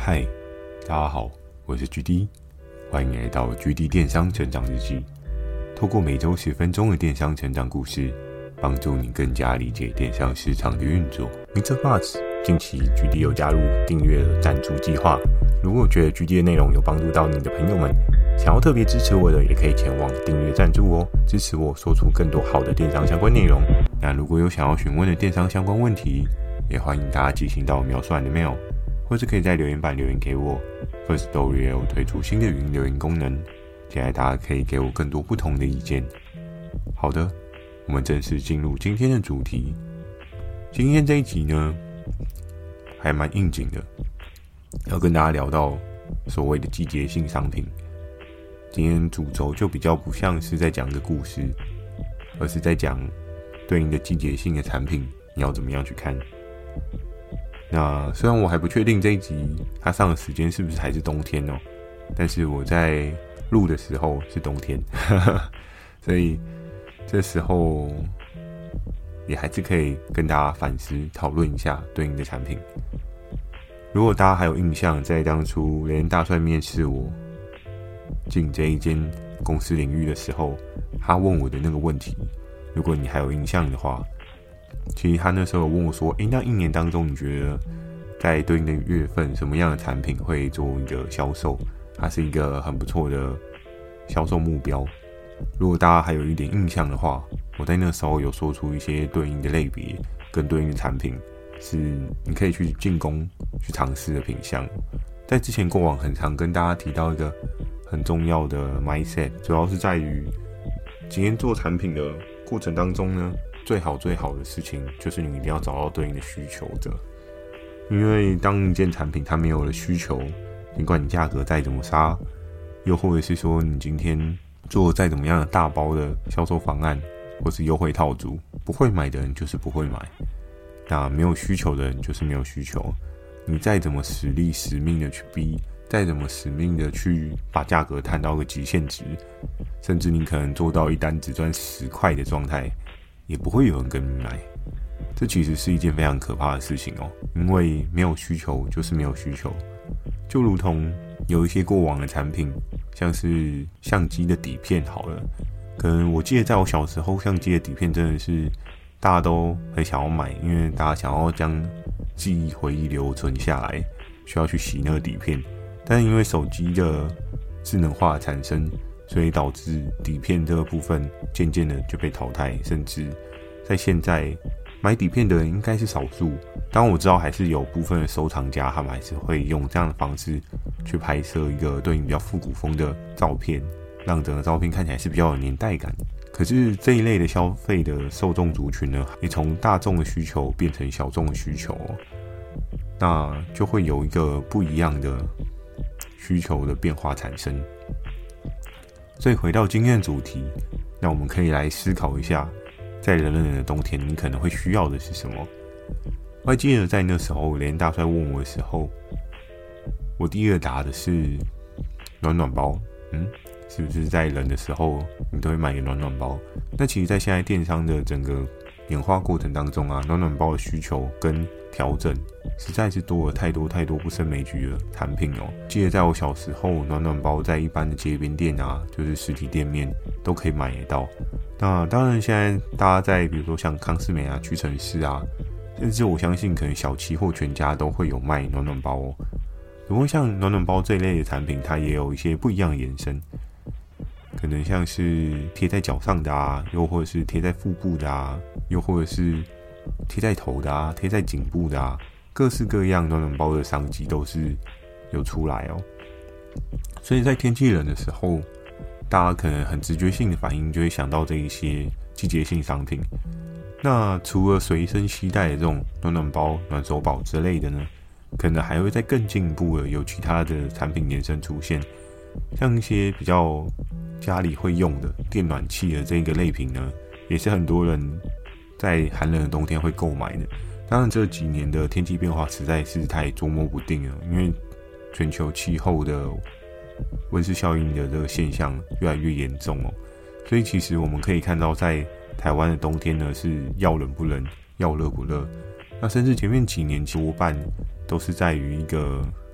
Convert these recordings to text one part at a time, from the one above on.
嗨，大家好，我是 GD， 欢迎来到 GD 电商成长日记。透过每周10分钟的电商成长故事，帮助你更加理解电商市场的运作。Mr. Buzz， 近期 GD 有加入订阅的赞助计划。如果觉得 GD 的内容有帮助到你的朋友们，想要特别支持我的，也可以前往订阅赞助哦，支持我说出更多好的电商相关内容。那如果有想要询问的电商相关问题，也欢迎大家寄信到描述栏的 mail， 或是可以在留言板留言给我。Firstory 也有推出新的语音留言功能，期待大家可以给我更多不同的意见。好的，我们正式进入今天的主题。今天这一集呢，还蛮应景的，要跟大家聊到所谓的季节性商品。今天主轴就比较不像是在讲一个故事，而是在讲对应的季节性的产品，你要怎么样去看。那虽然我还不确定这一集它上的时间是不是还是冬天哦，但是我在录的时候是冬天，所以这时候也还是可以跟大家反思讨论一下对应的产品。如果大家还有印象，在当初雷恩大帅面试我进这一间公司领域的时候，他问我的那个问题，如果你还有印象的话，其实他那时候问我说，那一年当中你觉得在对应的月份什么样的产品会做一个销售，它是一个很不错的销售目标。如果大家还有一点印象的话，我在那时候有说出一些对应的类别跟对应的产品是你可以去进攻去尝试的品项。在之前过往很常跟大家提到一个很重要的 mindset， 主要是在于今天做产品的过程当中呢，最好的事情就是你一定要找到对应的需求者。因为当一件产品它没有了需求，尽管你价格再怎么杀，又或者是说你今天做再怎么样的大包的销售方案或是优惠套组，不会买的人就是不会买，那没有需求的人就是没有需求。你再怎么使力使命的去逼，再怎么使命的去把价格摊到个极限值，甚至你可能做到一单只赚10块的状态，也不会有人跟你买。这其实是一件非常可怕的事情哦，因为没有需求就是没有需求。就如同有一些过往的产品，像是相机的底片好了，可能我记得在我小时候，相机的底片真的是大家都很想要买，因为大家想要将记忆回忆留存下来，需要去洗那个底片。但因为手机的智能化的产生，所以导致底片这个部分渐渐的就被淘汰，甚至在现在买底片的人应该是少数。当然我知道还是有部分的收藏家，他们还是会用这样的方式去拍摄一个对应比较复古风的照片，让整个照片看起来是比较有年代感。可是这一类的消费的受众族群呢，也从大众的需求变成小众的需求那就会有一个不一样的需求的变化产生。所以回到今天的主题，那我们可以来思考一下，在冷冷的冬天，你可能会需要的是什么？我还记得在那时候，雷恩大帅问我的时候，我第一个答的是暖暖包。是不是在冷的时候你都会买个暖暖包？那其实在现在电商的整个演化过程当中啊，暖暖包的需求跟调整实在是多了太多不胜枚举的产品哦。记得在我小时候，暖暖包在一般的街边店啊，就是实体店面都可以买得到。那当然现在大家在比如说像康是美啊、屈臣氏啊，甚至我相信可能小七或全家都会有卖暖暖包哦。不过像暖暖包这一类的产品，它也有一些不一样的延伸，可能像是贴在脚上的啊，又或者是贴在腹部的啊，又或者是贴在头的啊，贴在颈部的啊，各式各样暖暖包的商机都是有出来哦。所以在天气冷的时候，大家可能很直觉性的反应就会想到这一些季节性商品。那除了随身携带的这种暖暖包、暖手宝之类的呢，可能还会再更进一步的有其他的产品延伸出现，像一些比较家里会用的电暖器的这个类品呢，也是很多人在寒冷的冬天会购买的。当然这几年的天气变化实在是太捉摸不定了，因为全球气候的温室效应的这个现象越来越严重哦，所以其实我们可以看到，在台湾的冬天呢是要冷不冷，要热不热。那甚至前面几年多半都是在于一个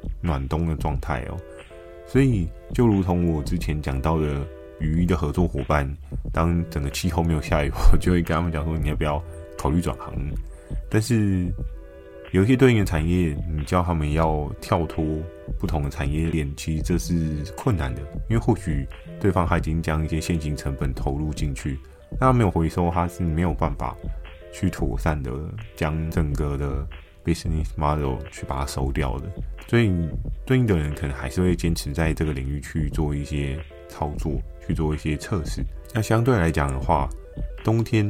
暖冬的状态哦。所以就如同我之前讲到的雨衣的合作伙伴，当整个气候没有下雨，我就会跟他们讲说，你要不要考虑转行？但是有一些对应的产业，你叫他们要跳脱不同的产业链，其实这是困难的，因为或许对方他已经将一些现金成本投入进去，那他没有回收，他是没有办法去妥善的将整个的 business model 去把它收掉的。所以对应的人可能还是会坚持在这个领域去做一些操作，去做一些测试。那相对来讲的话，冬天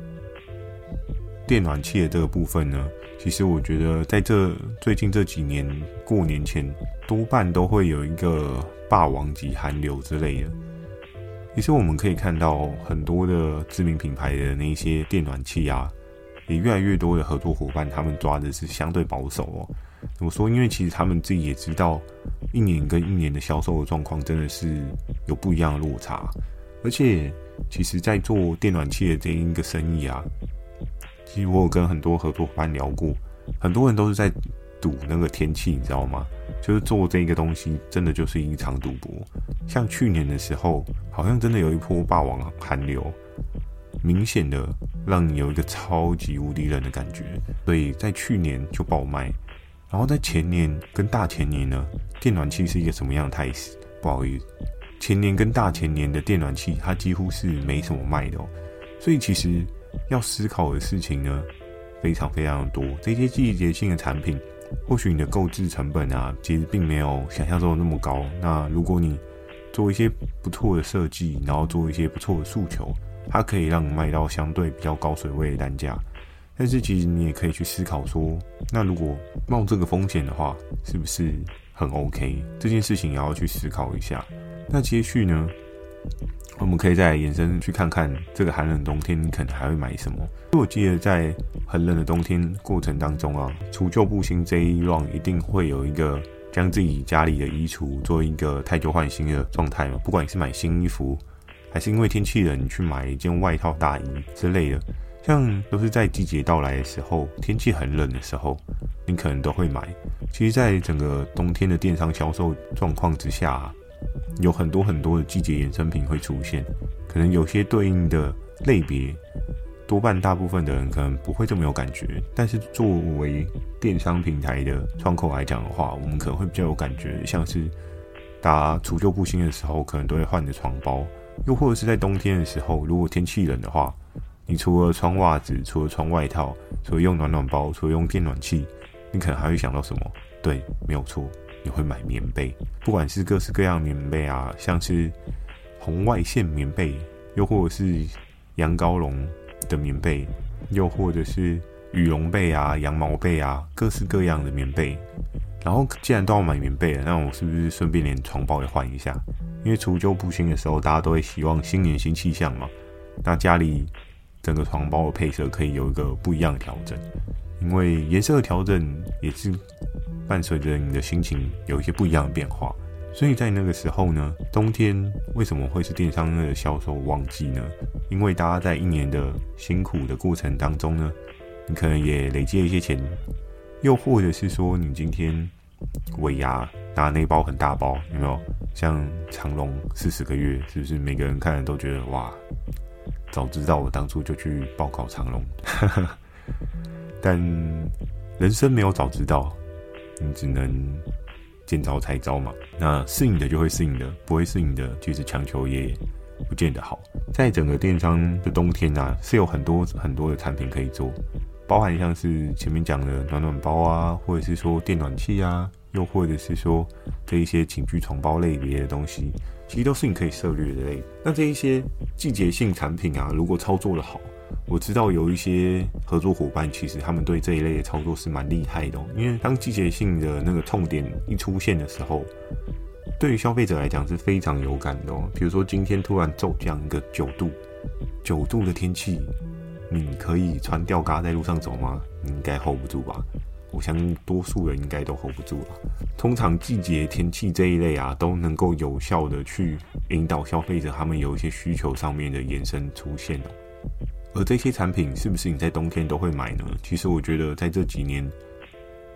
电暖器的这个部分呢，其实我觉得在最近这几年过年前，多半都会有一个霸王级寒流之类的。其实我们可以看到很多的知名品牌的那些电暖器啊，也越来越多的合作伙伴，他们抓的是相对保守哦。怎么说？因为其实他们自己也知道，一年跟一年的销售的状况真的是有不一样的落差。而且，其实在做电暖器的这一个生意啊，其实我有跟很多合作伙伴聊过，很多人都是在赌那个天气，你知道吗？就是做这个东西，真的就是一场赌博。像去年的时候，好像真的有一波霸王寒流，明显的让你有一个超级无敌冷的感觉，所以在去年就爆卖。然后在前年跟大前年呢，电暖器是一个什么样的态势？不好意思，前年跟大前年的电暖器，它几乎是没什么卖的哦。所以其实要思考的事情呢，非常非常多。这些季节性的产品，或许你的购置成本啊，其实并没有想象中的那么高。那如果你做一些不错的设计，然后做一些不错的诉求，它可以让你卖到相对比较高水位的单价。但是其实你也可以去思考说，那如果冒这个风险的话，是不是很 OK？ 这件事情也要去思考一下。那接续呢，我们可以再延伸去看看这个寒冷冬天你可能还会买什么。我记得在很冷的冬天过程当中啊，除旧布新这一 round 一定会有一个将自己家里的衣橱做一个汰旧换新的状态嘛。不管你是买新衣服，还是因为天气冷你去买一件外套大衣之类的，像都是在季节到来的时候，天气很冷的时候，你可能都会买。其实在整个冬天的电商销售状况之下啊，有很多很多的季节衍生品会出现，可能有些对应的类别，多半大部分的人可能不会这么有感觉，但是作为电商平台的窗口来讲的话，我们可能会比较有感觉，像是大家除旧布新的时候，可能都会换的床包，又或者是在冬天的时候，如果天气冷的话，你除了穿袜子，除了穿外套，除了用暖暖包，除了用电暖器，你可能还会想到什么？对，没有错，你会买棉被，不管是各式各样的棉被啊，像是红外线棉被，又或者是羊羔绒的棉被，又或者是羽绒被啊、羊毛被啊，各式各样的棉被。然后既然都要买棉被了，那我是不是顺便连床包也换一下？因为除旧布新的时候，大家都会希望新年新气象嘛，那家里整个床包的配色可以有一个不一样的调整，因为颜色的调整也是伴随着你的心情有一些不一样的变化。所以在那个时候呢，冬天为什么会是电商的销售旺季呢？因为大家在一年的辛苦的过程当中呢，你可能也累积了一些钱，又或者是说你今天尾牙拿那包很大包，有没有？像长隆40个月，是不是每个人看了都觉得哇，早知道我当初就去报考长隆。但人生没有早知道，你只能见招拆招嘛。那适应的就会适应的，不会适应的其实强求也不见得好。在整个电商的冬天啊，是有很多很多的产品可以做，包含像是前面讲的暖暖包啊，或者是说电暖器啊，又或者是说这一些寝具床包类别的东西，其实都是你可以涉猎的类。那这一些季节性产品啊，如果操作的好，我知道有一些合作伙伴，其实他们对这一类的操作是蛮厉害的哦。因为当季节性的那个痛点一出现的时候，对于消费者来讲是非常有感的哦。比如说今天突然骤降一个9度的天气，你可以穿吊嘎在路上走吗？你应该 hold 不住吧？我相信多数人应该都 hold 不住了。通常季节天气这一类啊，都能够有效的去引导消费者他们有一些需求上面的延伸出现哦。而这些产品是不是你在冬天都会买呢？其实我觉得在这几年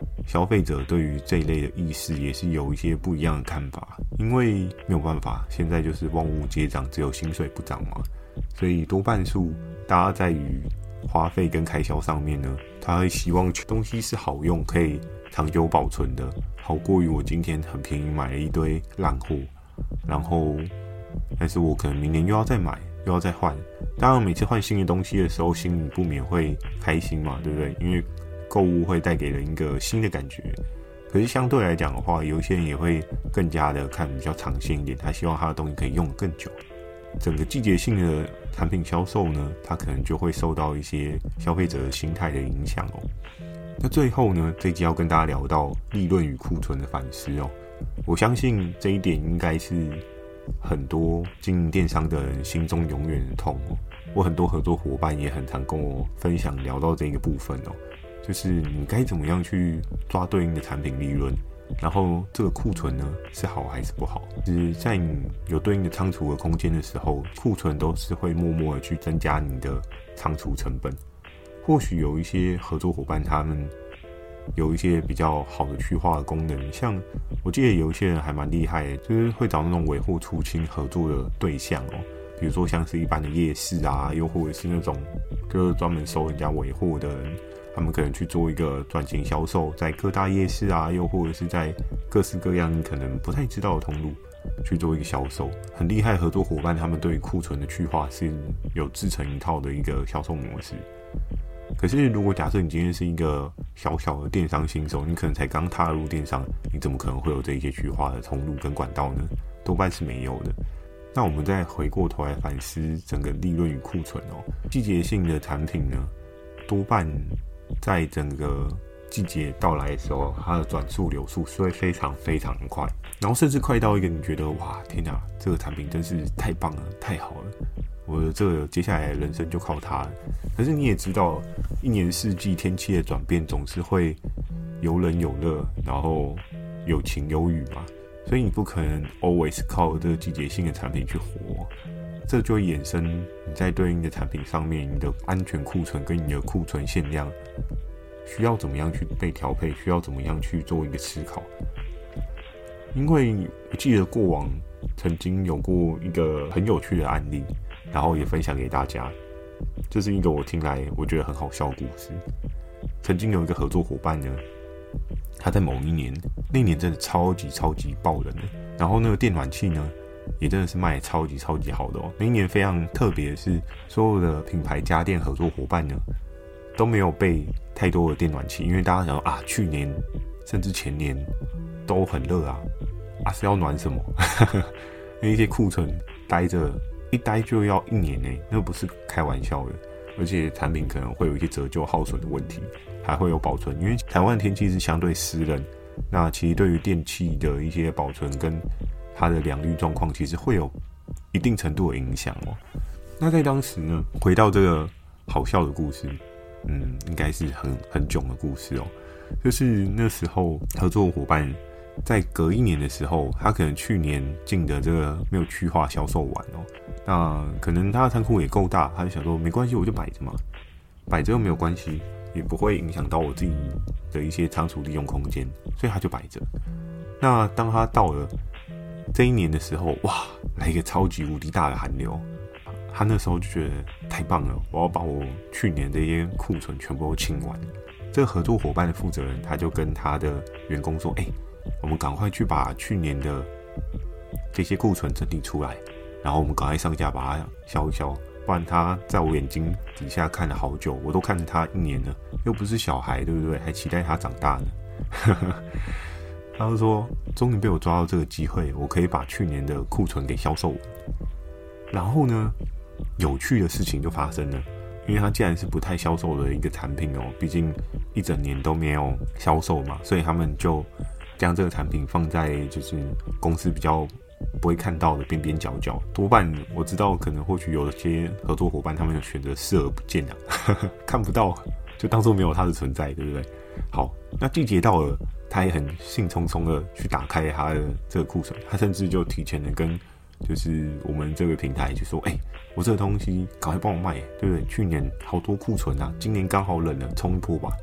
消费者对于这一类的意识也是有一些不一样的看法，因为没有办法，现在就是万物皆涨，只有薪水不涨嘛，所以多半数大家在于花费跟开销上面呢，他会希望东西是好用，可以长久保存的，好过于我今天很便宜买了一堆烂货，然后但是我可能明年又要再买，又要再换。当然每次换新的东西的时候，心里不免会开心嘛，对不对？因为购物会带给人一个新的感觉。可是相对来讲的话，有一些人也会更加的看比较长线一点，他希望他的东西可以用得更久。整个季节性的产品销售呢，它可能就会受到一些消费者的心态的影响哦。那最后呢，这一集要跟大家聊到利润与库存的反思哦。我相信这一点应该是很多经营电商的人心中永远的痛哦。我很多合作伙伴也很常跟我分享聊到这个部分哦，就是你该怎么样去抓对应的产品利润，然后这个库存呢是好还是不好？就是在你有对应的仓储的空间的时候，库存都是会默默的去增加你的仓储成本。或许有一些合作伙伴他们有一些比较好的去化的功能，像我记得有一些人还蛮厉害的，就是会找那种尾货出清合作的对象哦，比如说像是一般的夜市啊，又或者是那种就是专门收人家尾货的人，他们可能去做一个转型销售，在各大夜市啊，又或者是在各式各样你可能不太知道的通路去做一个销售，很厉害。合作伙伴他们对于库存的去化是有制成一套的一个销售模式。可是如果假设你今天是一个小小的电商新手，你可能才刚踏入电商，你怎么可能会有这一些去化的通路跟管道呢？多半是没有的。那我们再回过头来反思整个利润与库存哦，季节性的产品呢，多半在整个季节到来的时候，它的转速流速是会非常非常快，然后甚至快到一个你觉得哇天哪，这个产品真是太棒了，太好了，我的这个接下来的人生就靠它了。可是你也知道，一年四季天气的转变总是会有冷有热，然后有晴有雨嘛，所以你不可能 always 靠这个季节性的产品去活。这就会衍生你在对应的产品上面，你的安全库存跟你的库存限量需要怎么样去被调配，需要怎么样去做一个思考。因为我记得过往曾经有过一个很有趣的案例，然后也分享给大家。这是一个我听来我觉得很好笑的故事。曾经有一个合作伙伴呢，他在某一年，那年真的超级爆冷的，然后那个电暖器呢也真的是卖得超级好的哦。那一年非常特别的是，所有的品牌家电合作伙伴呢都没有备太多的电暖器，因为大家想说啊，去年甚至前年都很热啊，是要暖什么？那一些库存待着一待就要1年呢，那不是开玩笑的。而且产品可能会有一些折旧耗损的问题，还会有保存，因为台湾的天气是相对湿冷，那其实对于电器的一些保存跟它的良率状况，其实会有一定程度的影响哦。那在当时呢，回到这个好笑的故事，应该是很囧的故事哦。就是那时候合作伙伴在隔1年的时候，他可能去年进的这个没有去化销售完哦，那可能他的仓库也够大，他就想说没关系，我就摆着嘛，摆着又没有关系，也不会影响到我自己的一些仓储利用空间，所以他就摆着。那当他到了这一年的时候，哇，来一个超级无敌大的寒流，他那时候就觉得太棒了，我要把我去年这些库存全部都清完。这个合作伙伴的负责人他就跟他的员工说，我们赶快去把去年的这些库存整理出来，然后我们赶快上架把它销一销，不然他在我眼睛底下看了好久，我都看着他1年了，又不是小孩，对不对？还期待他长大呢。他就说，终于被我抓到这个机会，我可以把去年的库存给销售完。然后呢，有趣的事情就发生了，因为它既然是不太销售的一个产品哦，毕竟一整年都没有销售嘛，所以他们就将这个产品放在就是公司比较不会看到的边边角角。多半我知道，可能或许有些合作伙伴他们选择视而不见啊，看不到，就当作没有它的存在，对不对？好，那季节到了，他也很兴冲冲的去打开他的这个库存，他甚至就提前的跟就是我们这个平台就说，我这个东西赶快帮我卖，对不对？去年好多库存啊，今年刚好冷了，冲一波吧。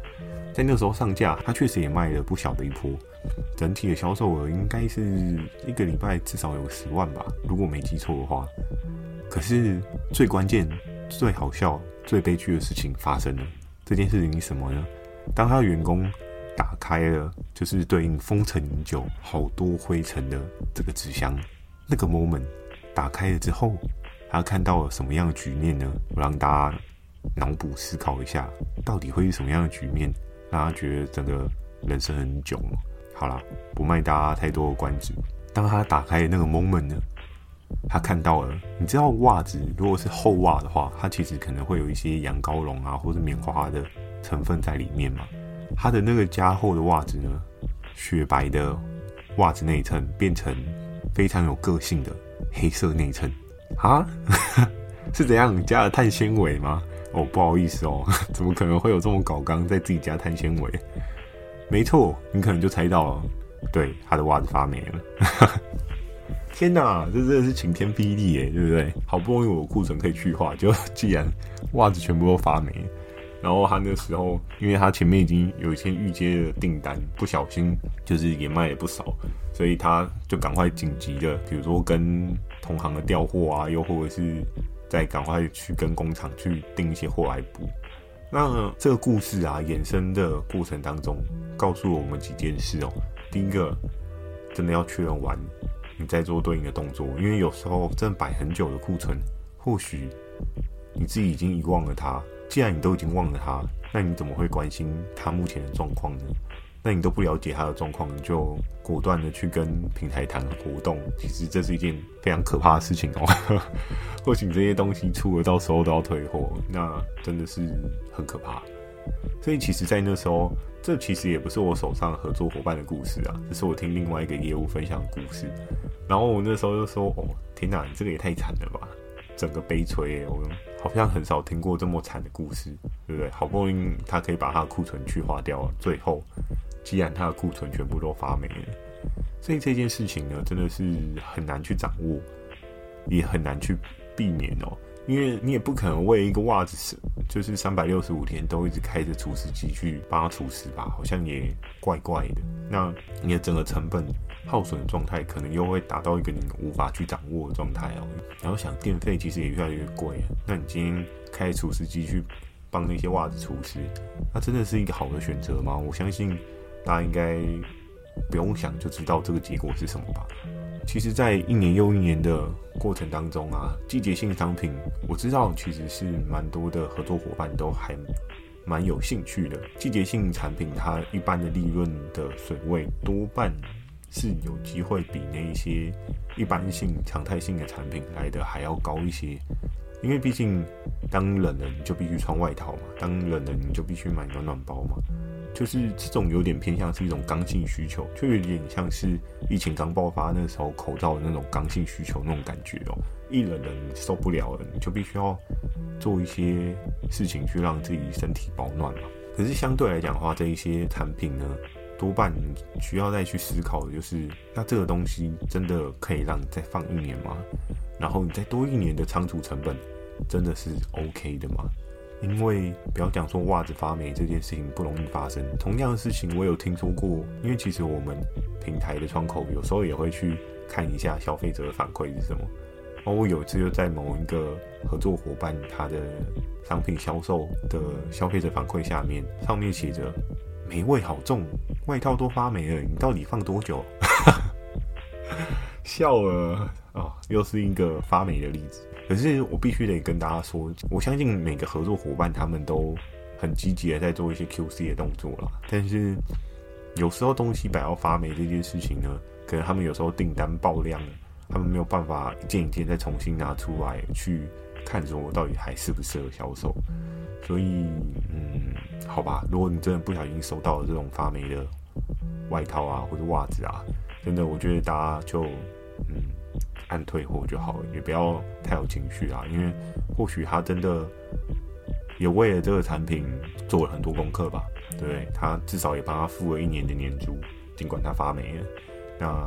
在那时候上架，它确实也卖了不小的一波，整体的销售额应该是一个礼拜至少有10万吧，如果没记错的话。可是最关键、最好笑、最悲剧的事情发生了。这件事情是什么呢？当他的员工打开了就是对应封尘已久、好多灰尘的这个纸箱，那个 moment 打开了之后，他看到了什么样的局面呢？我让大家脑补思考一下，到底会是什么样的局面，让他觉得整个人生很囧。好啦，不卖大家太多的关子。当他打开的那个 moment 呢，他看到了，你知道袜子如果是厚袜的话，它其实可能会有一些羊羔绒啊或者棉花的成分在里面嘛。它的那个加厚的袜子呢，雪白的袜子内衬变成非常有个性的黑色内衬啊？是怎样加了碳纤维吗？哦，不好意思哦，怎么可能会有这么搞刚在自己加碳纤维？没错，你可能就猜到了，对，他的袜子发霉了。天哪，这真的是晴天霹雳耶，对不对？好不容易我的库存可以去化，就既然袜子全部都发霉，然后他那时候，因为他前面已经有一些预接的订单，不小心就是也卖了不少，所以他就赶快紧急的，比如说跟同行的调货啊，又或者是再赶快去跟工厂去订一些货来补。那这个故事啊，衍生的过程当中，告诉我们几件事哦。第一个，真的要确认完你在做对应的动作，因为有时候真的摆很久的库存，或许你自己已经遗忘了它。既然你都已经忘了它，那你怎么会关心它目前的状况呢？那你都不了解它的状况，你就果断的去跟平台谈活动，其实这是一件非常可怕的事情哦。或许这些东西出了，到时候都要退货，那真的是很可怕。所以其实在那时候，这其实也不是我手上合作伙伴的故事啊，这是我听另外一个业务分享的故事。然后我那时候就说，哦，天哪，你这个也太惨了吧，整个悲催耶，我好像很少听过这么惨的故事，对不对？好不容易他可以把他的库存去化掉了，最后既然他的库存全部都发霉了，所以这件事情呢，真的是很难去掌握，也很难去避免哦。因为你也不可能为一个袜子就是365天都一直开着除湿机去帮它除湿吧，好像也怪怪的。那你的整个成本耗损的状态，可能又会达到一个你无法去掌握的状态哦。然后想电费其实也越来越贵，那你今天开除湿机去帮那些袜子除湿，那真的是一个好的选择吗？我相信大家应该不用想就知道这个结果是什么吧。其实在一年又一年的过程当中啊，季节性商品我知道其实是蛮多的合作伙伴都还蛮有兴趣的。季节性产品它一般的利润的水位多半是有机会比那一些一般性常态性的产品来的还要高一些，因为毕竟当冷了你就必须穿外套嘛，当冷了你就必须买暖暖包嘛，就是这种有点偏向是一种刚性需求，就有点像是疫情刚爆发那时候口罩的那种刚性需求那种感觉哦。一冷了你受不了了，你就必须要做一些事情去让自己身体保暖嘛。可是相对来讲的话，这一些产品呢，多半你需要再去思考的就是，那这个东西真的可以让你再放1年吗？然后你再多1年的仓储成本真的是 OK 的吗？因为不要讲说袜子发霉这件事情不容易发生，同样的事情我有听说过。因为其实我们平台的窗口有时候也会去看一下消费者的反馈是什么。然后我有一次就在某一个合作伙伴他的商品销售的消费者反馈下面，上面写着霉味好重，外套都发霉了，你到底放多久？笑了啊，又是一个发霉的例子。可是我必须得跟大家说，我相信每个合作伙伴他们都很积极的在做一些 QC 的动作啦。但是有时候东西摆到发霉这件事情呢，可能他们有时候订单爆量了，他们没有办法一件一件再重新拿出来去看说我到底还适不适合销售。所以好吧，如果你真的不小心收到了这种发霉的外套啊或者袜子啊，真的我觉得大家就按退货就好了，也不要太有情绪啦，因为或许他真的也为了这个产品做了很多功课吧，对不对？他至少也帮他付了1年的年租，尽管他发霉了。那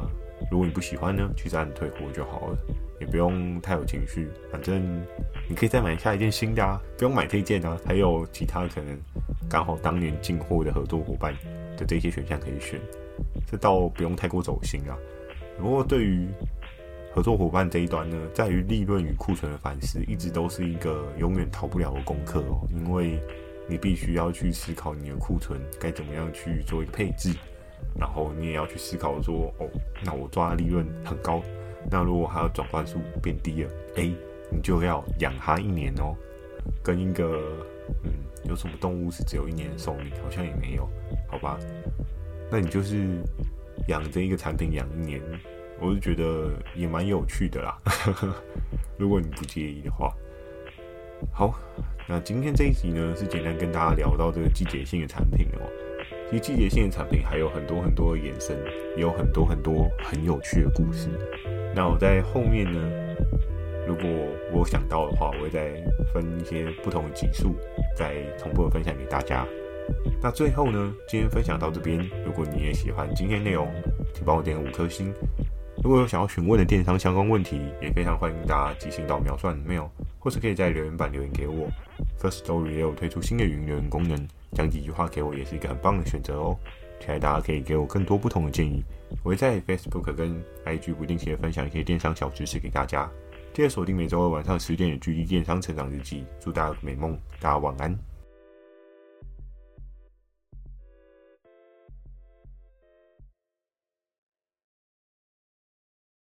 如果你不喜欢呢，其实按退货就好了，也不用太有情绪，反正你可以再买下一件新的啊，不用买这件啊，还有其他可能刚好当年进货的合作伙伴的这些选项可以选，这倒不用太过走心啊。不过对于合作伙伴这一端呢，在于利润与库存的反思，一直都是一个永远逃不了的功课哦，因为你必须要去思考你的库存该怎么样去做一个配置。然后你也要去思考说，那我抓的利润很高，那如果还要转换数变低了，你就要养它1年哦。跟一个有什么动物是只有1年的寿命？好像也没有，好吧？那你就是养这一个产品养1年，我就觉得也蛮有趣的啦。如果你不介意的话，好，那今天这一集呢是简单跟大家聊到这个季节性的产品哦。其实季节性的产品还有很多很多的衍生，也有很多很多很有趣的故事。那我在后面呢，如果我有想到的话，我会再分一些不同的集数，再同步的分享给大家。那最后呢，今天分享到这边，如果你也喜欢今天内容，请帮我点5颗星。如果有想要询问的电商相关问题，也非常欢迎大家寄信到描述栏 mail， 或是可以在留言板留言给我。Firstory 也有推出新的语音留言功能，讲几句话给我也是一个很棒的选择哦。期待大家可以给我更多不同的建议，我会在 Facebook 跟 IG 不定期的分享一些电商小知识给大家。记得锁定每周二晚上10点的GD电商成长日记，祝大家美梦，大家晚安。